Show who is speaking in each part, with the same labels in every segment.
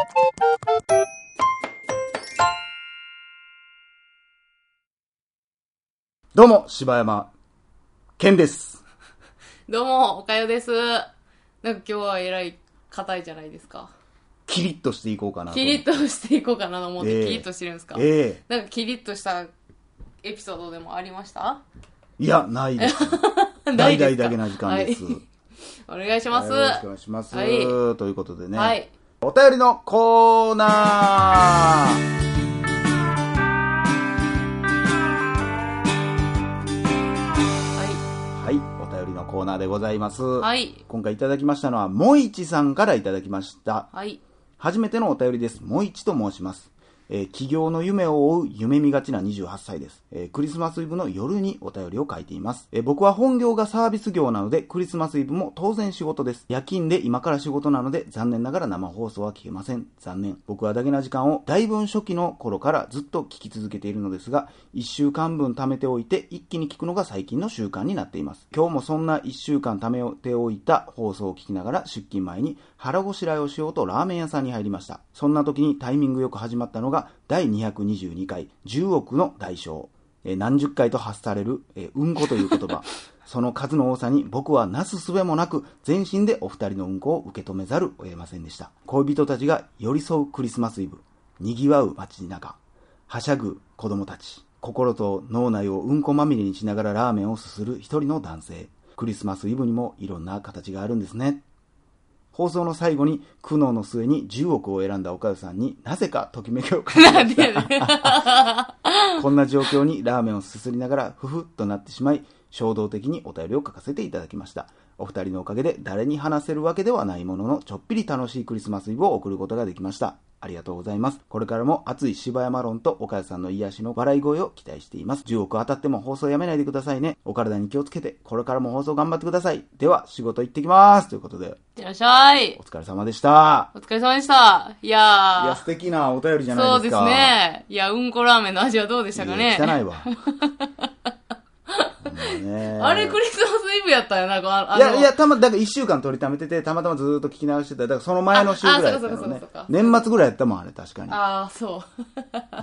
Speaker 1: どうも、柴山健です。
Speaker 2: どうも、おかよです。なんか今日はえらい硬いじゃないですか。
Speaker 1: キリッとしていこうかなと。
Speaker 2: キリッとしていこうかなと思って、キリッとしてるんですか？なんかキリッとしたエピソードでもありました？
Speaker 1: いや、ないです。大々だけな時間です。
Speaker 2: はい、お願いします。
Speaker 1: よろしくお願いします。
Speaker 2: はい、
Speaker 1: ということでね、
Speaker 2: はい、
Speaker 1: お便りのコーナーコーナーでございます。
Speaker 2: はい。
Speaker 1: 今回いただきましたのは、もいちさんからいただきました。
Speaker 2: はい。
Speaker 1: 初めてのお便りです。もいちと申します。起業の夢を追う夢見がちな28歳です。クリスマスイブの夜にお便りを書いています。僕は本業がサービス業なので、クリスマスイブも当然仕事です。夜勤で今から仕事なので、残念ながら生放送は聞けません。残念。僕はだけな時間をだいぶ初期の頃からずっと聞き続けているのですが、1週間分貯めておいて一気に聞くのが最近の習慣になっています。今日もそんな1週間貯めておいた放送を聞きながら出勤前に腹ごしらえをしようとラーメン屋さんに入りました。そんな時にタイミングよく始まったのが第222回10億の代償。何十回と発される、うんこという言葉。その数の多さに僕はなすすべもなく全身でお二人のうんこを受け止めざるを得ませんでした。恋人たちが寄り添うクリスマスイブ。賑わう街中。はしゃぐ子供たち。心と脳内をうんこまみれにしながらラーメンをすする一人の男性。クリスマスイブにもいろんな形があるんですね。放送の最後に苦悩の末に10億を選んだおかゆさんになぜかときめきを感じましたこんな状況にラーメンをすすりながらふふっとなってしまい、衝動的にお便りを書かせていただきました。お二人のおかげで誰に話せるわけではないものの、ちょっぴり楽しいクリスマスイブを送ることができました。ありがとうございます。これからも熱い柴山論とおかゆさんの癒しの笑い声を期待しています。10億当たっても放送やめないでくださいね。お体に気をつけて、これからも放送頑張ってください。では、仕事行ってきます。ということで。
Speaker 2: いらっしゃい。
Speaker 1: お疲れ様でした。
Speaker 2: お疲れ様でした。いや
Speaker 1: 素敵なお便りじゃないですか。
Speaker 2: そうですね。いや、うんこラーメンの味はどうでしたかね。
Speaker 1: 汚いわ。
Speaker 2: あれクリスマスイブやったよな。
Speaker 1: いや、だから1週間取りためてて、たまたまずーっと聞き流してた。だからその前の週ぐらいだったよね。年末ぐらいやったもん、あれ、確かに。
Speaker 2: ああ、そう。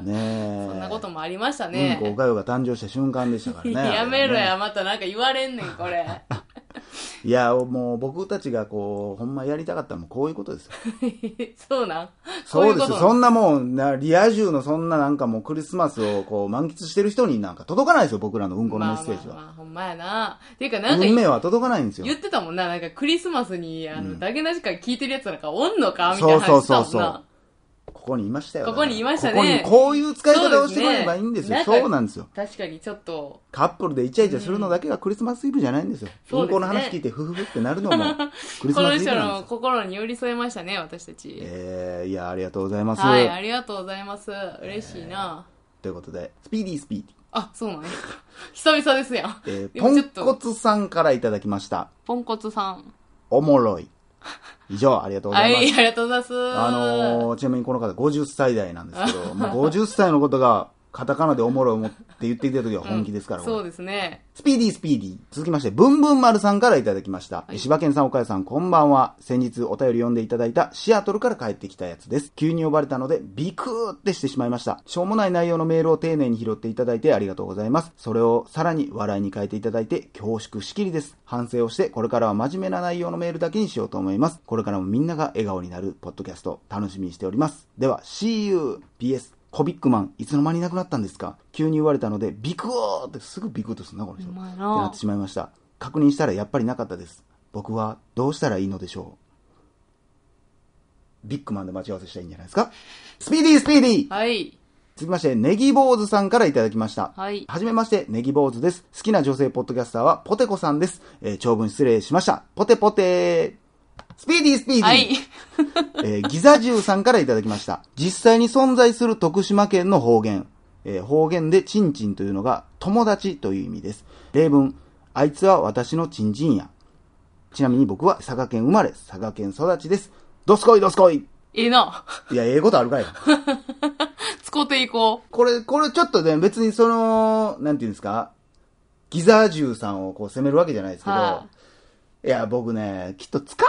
Speaker 1: ねえ。
Speaker 2: そんなこともありましたね。
Speaker 1: おかよが誕生した瞬間でしたからね。
Speaker 2: やめろや、またなんか言われんねん、これ。
Speaker 1: いや、もう僕たちがこう、ほんまやりたかったのもこういうことですよ。
Speaker 2: そうなん？
Speaker 1: そうですよ。そんなもう、リア充のそんななんかもうクリスマスをこう満喫してる人になんか届かないですよ、僕らのうんこのメッセージは。
Speaker 2: まあ、ほんまやな。ていうかなんか、
Speaker 1: 運命は届かないんですよ。
Speaker 2: 言ってたもんな、なんかクリスマスに、だけな時間聞いてるやつなんかおんのかみたいな話したもんな。
Speaker 1: ここにいましたよ。
Speaker 2: ここにいましたね。
Speaker 1: こういう使い方をしてくれればいいんですよ。そうなんですよ。
Speaker 2: 確かにちょっと。
Speaker 1: カップルでイチャイチャするのだけがクリスマスイブじゃないんですよ。うんこの話聞いてフフフってなるのもクリスマスイブなんですよ。
Speaker 2: この人の心に寄り添いましたね、私たち。
Speaker 1: いや、ありがとうございます。
Speaker 2: はい、ありがとうございます。嬉しいな。
Speaker 1: ということで、スピーディー。
Speaker 2: あ、そうなんや。久々ですやん。
Speaker 1: ポンコツさんからいただきました。
Speaker 2: ポンコツさん。
Speaker 1: おもろい。以上、ありがとうございます。
Speaker 2: はい、ありがとうございます。
Speaker 1: ちなみにこの方50歳代なんですけど、もう50歳のことがカタカナでおもろいって言ってきた時は本気ですから、
Speaker 2: そうですね。
Speaker 1: スピーディー。続きまして、ブンブン丸さんからいただきました。柴犬さん、岡谷さん、こんばんは。先日お便り読んでいただいたシアトルから帰ってきたやつです。急に呼ばれたので、ビクーってしてしまいました。しょうもない内容のメールを丁寧に拾っていただいてありがとうございます。それをさらに笑いに変えていただいて恐縮しきりです。反省をして、これからは真面目な内容のメールだけにしようと思います。これからもみんなが笑顔になるポッドキャスト、楽しみにしております。では、See you! PSコビックマン、いつの間にいなくなったんですか？急に言われたので、ビクーってすぐビクッとするな、この人。ってなってしまいました。確認したらやっぱりなかったです。僕はどうしたらいいのでしょう？ビッグマンで待ち合わせしたらいいんじゃないですか？スピーディー。
Speaker 2: はい。
Speaker 1: 続きまして、ネギ坊主さんからいただきました。
Speaker 2: はい。
Speaker 1: はじめまして、ネギ坊主です。好きな女性ポッドキャスターはポテコさんです。長文失礼しました。ポテポテスピーディー。
Speaker 2: はい。
Speaker 1: ギザジューさんからいただきました。実際に存在する徳島県の方言。方言でチンチンというのが友達という意味です。例文、あいつは私のチンチンや。ちなみに僕は佐賀県生まれ、佐賀県育ちです。どすこい。
Speaker 2: いいな。
Speaker 1: いや、ことあるかい。
Speaker 2: 使っていこう。
Speaker 1: これちょっとね、別になんていうんですか、ギザージューさんをこう責めるわけじゃないですけど、いや、僕ね、きっと使ってな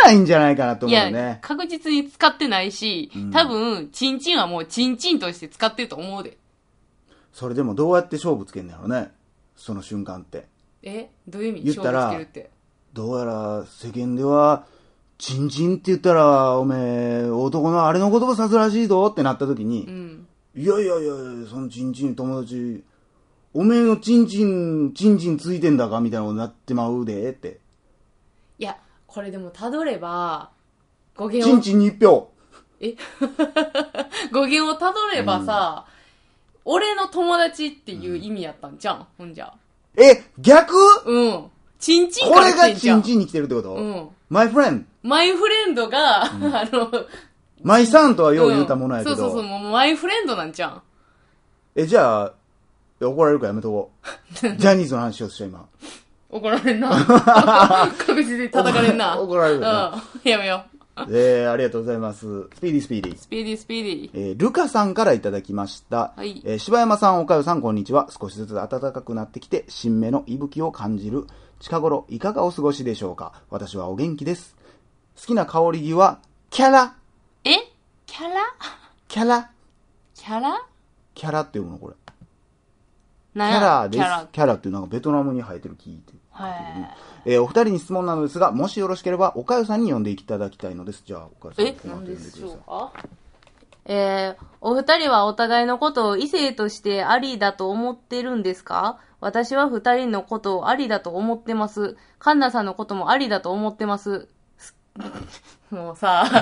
Speaker 1: ないんじゃないかなと思うよね。
Speaker 2: いや、確実に使ってないし、多分、チンチンはもうチンチンとして使ってると思うで。
Speaker 1: それでもどうやって勝負つけんだろうね。その瞬間って。
Speaker 2: どういう意味？
Speaker 1: 言ったら、
Speaker 2: 勝負つけるって。ど
Speaker 1: うやら世間では、チンチンって言ったら、おめえ、男のあれの言葉さすらしいぞってなった時に、いやいやいや、そのチンチン友達、おめえのチンチンついてんだかみたいなことになってまうで、って。
Speaker 2: いや、これでもたどれば、語源
Speaker 1: を。チンチンに一票。
Speaker 2: 語源をたどればさ、俺の友達っていう意味やったんじゃん、ほんじゃ。
Speaker 1: 逆？
Speaker 2: チンチンから来てんじゃん。
Speaker 1: これがチンチンに来てるってこと？マイフレンド。
Speaker 2: マイフレンドが、
Speaker 1: マイさんとはよう言うたものやけど。
Speaker 2: そう、もうマイフレンドなんじゃん。
Speaker 1: じゃあ、怒られるかやめとこう。ジャニーズの話しようとした今。
Speaker 2: 怒られんな。確実に叩かれんな。
Speaker 1: 怒られるな。
Speaker 2: やめよう。
Speaker 1: ありがとうございます。スピーディ。ルカさんからいただきました。
Speaker 2: はい。
Speaker 1: 柴山さん、岡代さん、こんにちは。少しずつ暖かくなってきて、新芽の息吹を感じる近頃、いかがお過ごしでしょうか？私はお元気です。好きな香り木は、キャラ。
Speaker 2: キャ
Speaker 1: ラって読むのこれ。
Speaker 2: キャラです。
Speaker 1: キャラっていうなんかベトナムに生えてる木って。お二人に質問なのですが、もしよろしければ、岡代さんに呼んでいただきたいのです。じゃあ、岡代さん。
Speaker 2: 何でしょうか？お二人はお互いのことを異性としてありだと思ってるんですか？私は二人のことをありだと思ってます。カンナさんのこともありだと思ってます。もう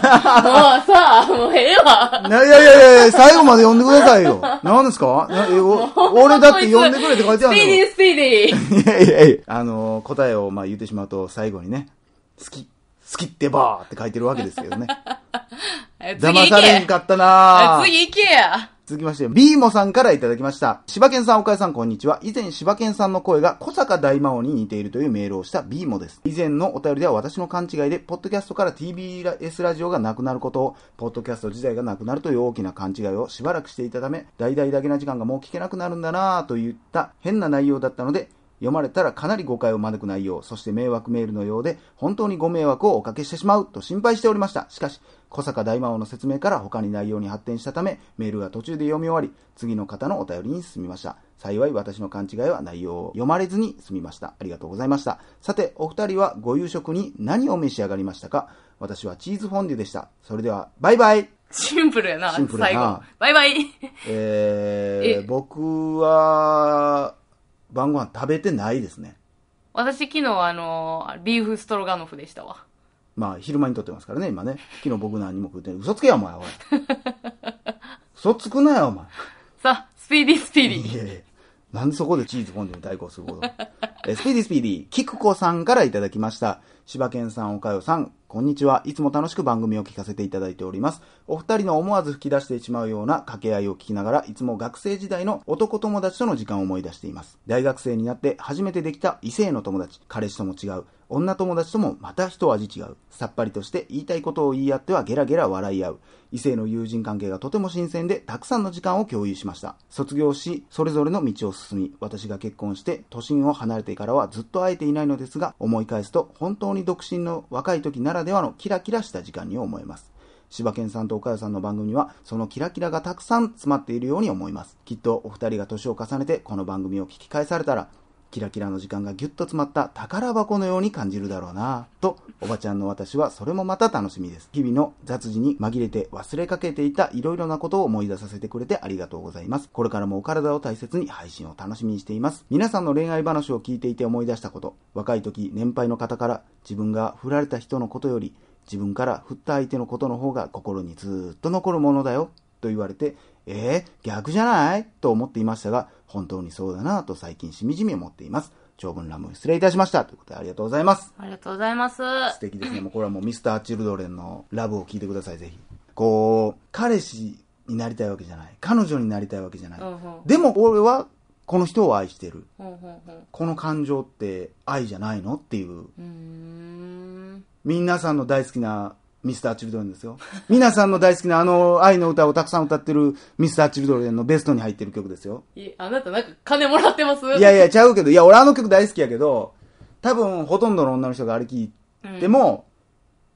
Speaker 2: ええわ。
Speaker 1: いや、最後まで読んでくださいよ。何ですか？俺だって読んでくれって書いてあるの。
Speaker 2: スピーディ
Speaker 1: ー。答えを言ってしまうと最後にね、好きってばーって書いてるわけですけどね。騙されんかったなー。
Speaker 2: 次行けや。
Speaker 1: 続きまして、ビーモさんからいただきました。柴犬さん、岡谷さん、こんにちは。以前、柴犬さんの声が小坂大魔王に似ているというメールをしたビーモです。以前のお便りでは私の勘違いで、ポッドキャストから TBS ラジオがなくなることを、ポッドキャスト自体がなくなるという大きな勘違いをしばらくしていたため、大々だけな時間がもう聞けなくなるんだなぁといった変な内容だったので、読まれたらかなり誤解を招く内容、そして迷惑メールのようで、本当にご迷惑をおかけしてしまうと心配しておりました。しかし、小坂大魔王の説明から他に内容に発展したため、メールが途中で読み終わり、次の方のお便りに進みました。幸い私の勘違いは内容を読まれずに済みました。ありがとうございました。さて、お二人はご夕食に何を召し上がりましたか？私はチーズフォンデュでした。それでは、バイバイ。
Speaker 2: シンプルやな、最後。バイバイ。
Speaker 1: 僕は、晩ご飯食べてないですね。
Speaker 2: 私昨日ビーフストロガノフでしたわ。
Speaker 1: 昼間に撮ってますからね、今ね。昨日僕何も食ってない。嘘つけよ、お前、おい。嘘つくなよ、お前。
Speaker 2: さあ、スピーディー。
Speaker 1: いやなんでそこでチーズフォンデュに対抗することスピーディー。キクコさんからいただきました。柴犬さん、岡代さん、こんにちは。いつも楽しく番組を聞かせていただいております。お二人の思わず吹き出してしまうような掛け合いを聞きながら、いつも学生時代の男友達との時間を思い出しています。大学生になって初めてできた異性の友達、彼氏とも違う。女友達ともまた一味違う。さっぱりとして言いたいことを言い合ってはゲラゲラ笑い合う。異性の友人関係がとても新鮮で、たくさんの時間を共有しました。卒業し、それぞれの道を進み、私が結婚して都心を離れてからはずっと会えていないのですが、思い返すと本当に独身の若い時ならではのキラキラした時間に思えます。柴犬さんと岡代さんの番組にはそのキラキラがたくさん詰まっているように思います。きっとお二人が年を重ねてこの番組を聞き返されたら、キラキラの時間がギュッと詰まった宝箱のように感じるだろうなぁと、おばちゃんの私はそれもまた楽しみです。日々の雑事に紛れて忘れかけていたいろいろなことを思い出させてくれてありがとうございます。これからもお体を大切に配信を楽しみにしています。皆さんの恋愛話を聞いていて思い出したこと、若い時年配の方から自分が振られた人のことより自分から振った相手のことの方が心にずっと残るものだよと言われて、逆じゃないと思っていましたが、本当にそうだなぁと最近しみじみ思っています。長文乱文失礼いたしました。ということでありがとうございます。
Speaker 2: ありがとうございます。
Speaker 1: 素敵ですね。もうこれはもうミスターチルドレンのラブを聞いてください、ぜひ。彼氏になりたいわけじゃない。彼女になりたいわけじゃない。でも俺はこの人を愛してる。この感情って愛じゃないのっていう。皆さんの大好きなミスターチルドレンですよ。皆さんの大好きな愛の歌をたくさん歌ってるミスターチルドレンのベストに入ってる曲ですよ。
Speaker 2: あなたなんか金もらってます？
Speaker 1: いやちゃうけど、俺あの曲大好きやけど、多分ほとんどの女の人があれ聞いても、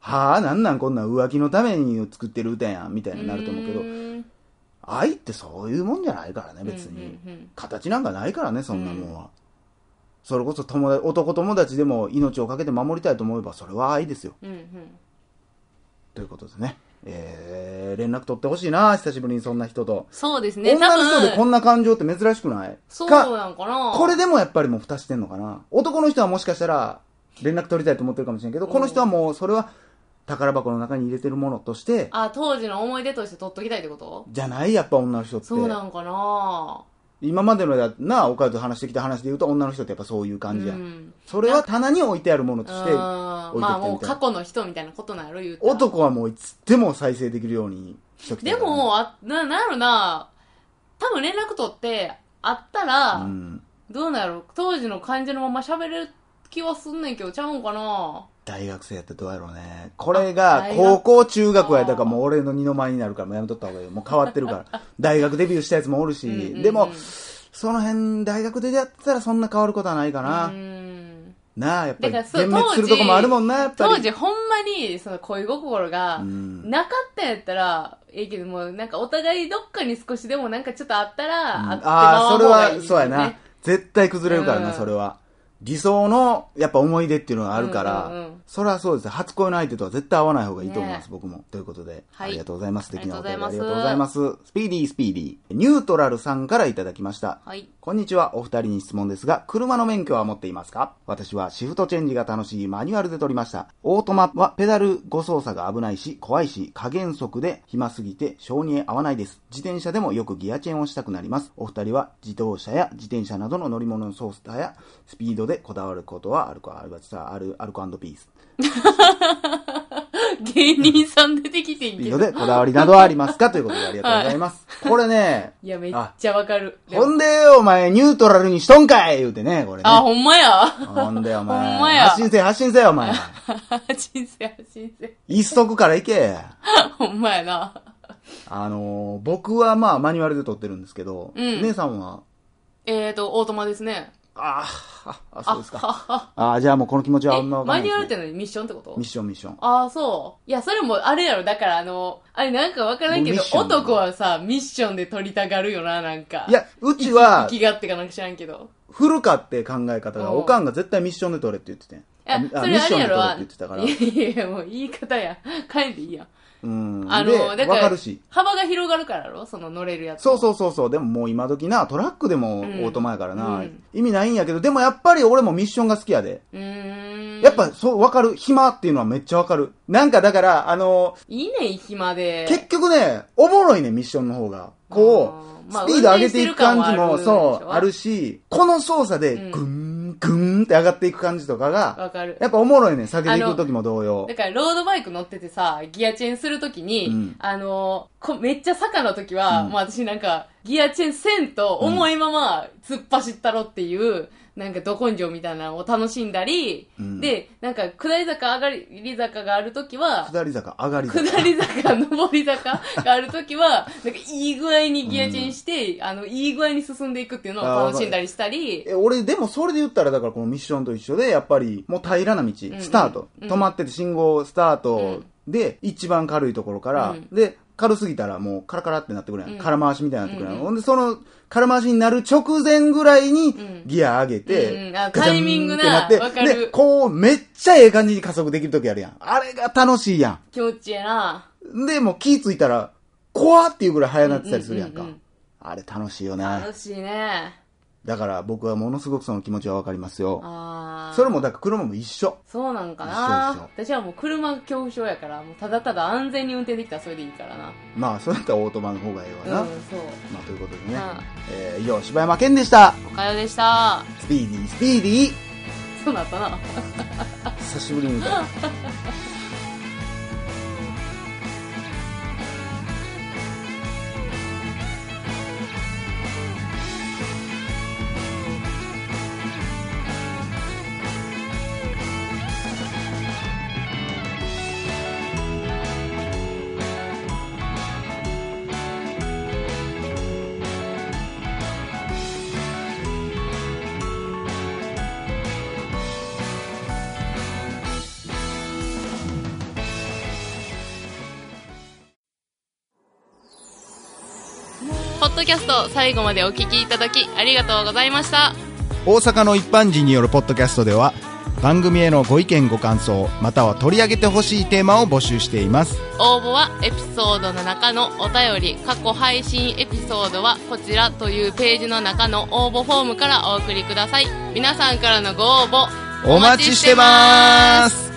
Speaker 1: はあ、なんなんこんなん浮気のために作ってる歌やんみたいになると思うけど、愛ってそういうもんじゃないからね、別に。形なんかないからね、そんなもんは。それこそ男友達でも命をかけて守りたいと思えば、それは愛ですよ。ということでね。連絡取ってほしいな、久しぶりにそんな人と。
Speaker 2: そうですね。
Speaker 1: 女の人でこんな感情って珍しくない？
Speaker 2: そうなんかな。
Speaker 1: これでもやっぱりもう蓋してんのかな。男の人はもしかしたら連絡取りたいと思ってるかもしれんけど、この人はもうそれは宝箱の中に入れてるものとして。
Speaker 2: 当時の思い出として取っときたいってこと？
Speaker 1: じゃない？やっぱ女の人って。
Speaker 2: そうなんかな。
Speaker 1: 今までのおかゆと話してきた話で言うと、女の人ってやっぱそういう感じや。それは棚に置いてあるものとして置いてきたみたいな。
Speaker 2: もう過去の人みたいなことなんやろ、言うた
Speaker 1: ら。男はもういつでも再生できるようにしときたい、ね。
Speaker 2: でも、なんやろな、多分連絡取ってあったら、どうなんやろ、当時の感じのまま喋れる気はすんねんけど、ちゃうんかな。
Speaker 1: 大学生やってどうやろうね。これが高校中学やったからもう俺の二の舞になるからもうやめとった方がいい。もう変わってるから。大学デビューしたやつもおるし、でも、その辺大学でやってたらそんな変わることはないかな。なあ、やっぱり全滅するとこもあるもんな、やっぱり。
Speaker 2: 当時ほんまにその恋心がなかったんやったら、ええけども、なんかお互いどっかに少しでもなんかちょっとあったら、あってまう方がいい、ね。
Speaker 1: それは、そうやな。絶対崩れるからな、それは。理想の、やっぱ思い出っていうのがあるから、それはそうです。初恋の相手とは絶対会わない方がいいと思います、僕も。ということで、ありがとうございます。素敵なお便りありがとうございます。スピーディー。ニュートラルさんからいただきました。こんにちは、お二人に質問ですが、車の免許は持っていますか？私はシフトチェンジが楽しいマニュアルで取りました。オートマはペダル誤操作が危ないし、怖いし、加減速で暇すぎて性に合わないです。自転車でもよくギアチェンをしたくなります。お二人は自動車や自転車などの乗り物の操作やスピードでこだわることはあるか？アルコ&ピース。
Speaker 2: 芸人さん出てきてんけど。
Speaker 1: スピードでこだわりなどはありますか？ということでありがとうございます。これね。
Speaker 2: いや、めっちゃわかる。
Speaker 1: ほんで、お前、ニュートラルにしとんかい言うてね、これね。
Speaker 2: ほんまや。
Speaker 1: ほんで、お前。
Speaker 2: ほんまや。
Speaker 1: 発信せよ、お前。
Speaker 2: 発信せ。
Speaker 1: 一足から行け。
Speaker 2: ほんまやな。
Speaker 1: 僕はまあ、マニュアルで撮ってるんですけど、姉さんは
Speaker 2: オートマですね。
Speaker 1: そうですか。じゃあもうこの気持ちはあんまわかんないですね。
Speaker 2: マニュアルってのにミッションってこと？
Speaker 1: ミッション。
Speaker 2: そう。いや、それもあれやろ。だからあれなんかわからんけど、男はさ、ミッションで撮りたがるよな、なんか。
Speaker 1: いや、うちは、
Speaker 2: 生きがってかなんか知らんけど。
Speaker 1: 古かって考え方が、おかんが絶対ミッションで撮れって言ってて。
Speaker 2: それあれやろ。
Speaker 1: ミッションで撮れって言ってたから。
Speaker 2: いや、もう言い方や。変えていいやん。
Speaker 1: で、わかるし。
Speaker 2: 幅が広がるからやろ、その乗れるやつ。
Speaker 1: そう。でももう今時な、トラックでもオートマやからな、意味ないんやけど、でもやっぱり俺もミッションが好きやで。やっぱそう、わかる。暇っていうのはめっちゃわかる。なんかだから、
Speaker 2: いいね、暇で。
Speaker 1: 結局ね、おもろいね、ミッションの方が。こう、スピード上げていく感じも、あるし、この操作で、グーンって上がっていく感じとかが、
Speaker 2: わかる。
Speaker 1: やっぱおもろいね、下げていく時も同様。
Speaker 2: だから、ロードバイク乗っててさ、ギアチェーンする時に、めっちゃ坂の時は、もう私なんか、ギアチェーンせんと重いまま突っ走ったろっていう、なんかど根性みたいなのを楽しんだり、で、なんか下り坂、上がり坂があるときは、
Speaker 1: 下り坂、上がり坂。
Speaker 2: 下り坂、上り坂があるときは、なんかいい具合にギアチェンして、いい具合に進んでいくっていうのを楽しんだりしたり。
Speaker 1: 俺、でもそれで言ったら、だからこのミッションと一緒で、やっぱりもう平らな道、スタート。止まってて信号スタートで、一番軽いところから、で、軽すぎたらもうカラカラってなってくるやん。空回しみたいになってくるやん。ほんで、その空回しになる直前ぐらいにギア上げて、
Speaker 2: タイミングな、わかる。
Speaker 1: で、こう、めっちゃええ感じに加速できるときあるやん。あれが楽しいやん。
Speaker 2: 気持ちいいな。
Speaker 1: で、もう気ついたら、怖っていうぐらい速なってたりするやんか。あれ楽しいよね。
Speaker 2: 楽しいね。
Speaker 1: だから僕はものすごくその気持ちはわかりますよ。それもだから車も一緒。
Speaker 2: そうなんかな。私はもう車恐怖症やから、もうただただ安全に運転できたらそれでいいからな。
Speaker 1: まあ、そうやったらオートマの方がいいわな。
Speaker 2: そう。
Speaker 1: まあ、ということでね。以上、柴山健でした。
Speaker 2: おかよでした。
Speaker 1: スピーディー。
Speaker 2: そうなったな。
Speaker 1: 久しぶりに見た。
Speaker 2: ッドキャスト、最後までお聞きいただきありがとうございました。
Speaker 1: 大阪の一般人によるポッドキャストでは、番組へのご意見ご感想、または取り上げてほしいテーマを募集しています。
Speaker 2: 応募はエピソードの中のお便り、過去配信エピソードはこちらというページの中の応募フォームからお送りください。皆さんからのご応募
Speaker 1: お待ちしてます。